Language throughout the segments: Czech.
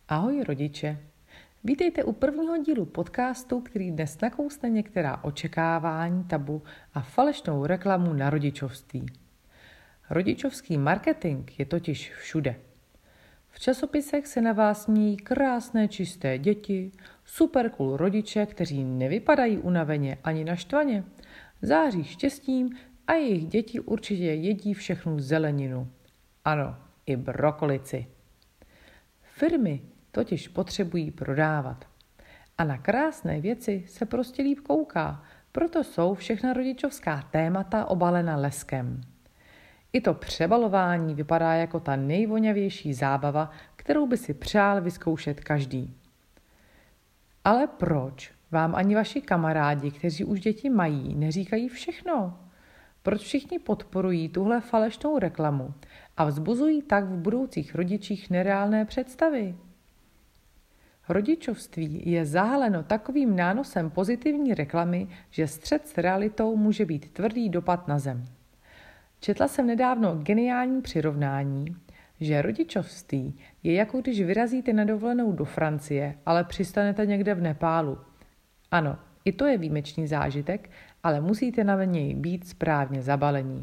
Ahoj rodiče, vítejte u prvního dílu podcastu, který dnes nakousne některá očekávání, tabu a falešnou reklamu na rodičovství. Rodičovský marketing je totiž všude. V časopisech se na vás smějí krásné čisté děti, super cool rodiče, kteří nevypadají unaveně ani naštvaně, září štěstím a jejich děti určitě jedí všechnu zeleninu. Ano, i brokolici. Firmy totiž potřebují prodávat. A na krásné věci se prostě líp kouká, proto jsou všechna rodičovská témata obalena leskem. I to přebalování vypadá jako ta nejvoňavější zábava, kterou by si přál vyzkoušet každý. Ale proč vám ani vaši kamarádi, kteří už děti mají, neříkají všechno? Proč všichni podporují tuhle falešnou reklamu a vzbuzují tak v budoucích rodičích nereálné představy? Rodičovství je zahaleno takovým nánosem pozitivní reklamy, že střet s realitou může být tvrdý dopad na zem. Četla jsem nedávno geniální přirovnání, že rodičovství je jako když vyrazíte na dovolenou do Francie, ale přistanete někde v Nepálu. Ano, i to je výjimečný zážitek, ale musíte na něj být správně zabalení.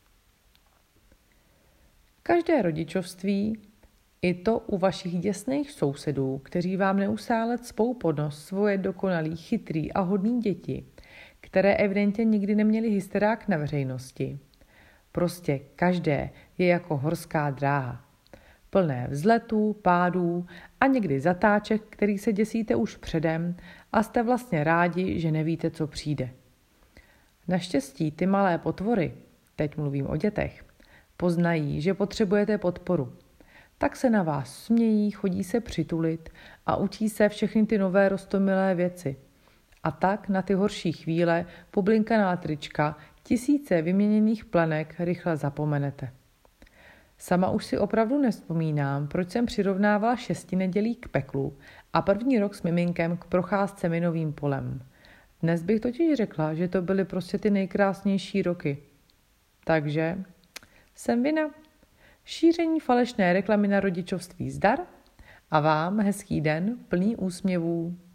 Každé rodičovství, i to u vašich děsných sousedů, kteří vám neustále cpou pod nos svoje dokonalý, chytrý a hodný děti, které evidentně nikdy neměly hysterák na veřejnosti. Prostě každé je jako horská dráha. Plné vzletů, pádů a někdy zatáček, který se děsíte už předem a jste vlastně rádi, že nevíte, co přijde. Naštěstí ty malé potvory, teď mluvím o dětech, poznají, že potřebujete podporu. Tak se na vás smějí, chodí se přitulit a učí se všechny ty nové roztomilé věci. A tak na ty horší chvíle, poblinkaná trička, tisíce vyměněných plenek rychle zapomenete. Sama už si opravdu nevzpomínám, proč jsem přirovnávala 6 nedělí k peklu a první rok s miminkem k procházce minovým polem. Dnes bych totiž řekla, že to byly prostě ty nejkrásnější roky. Takže jsem vina. Šíření falešné reklamy na rodičovství zdar a vám hezký den plný úsměvů.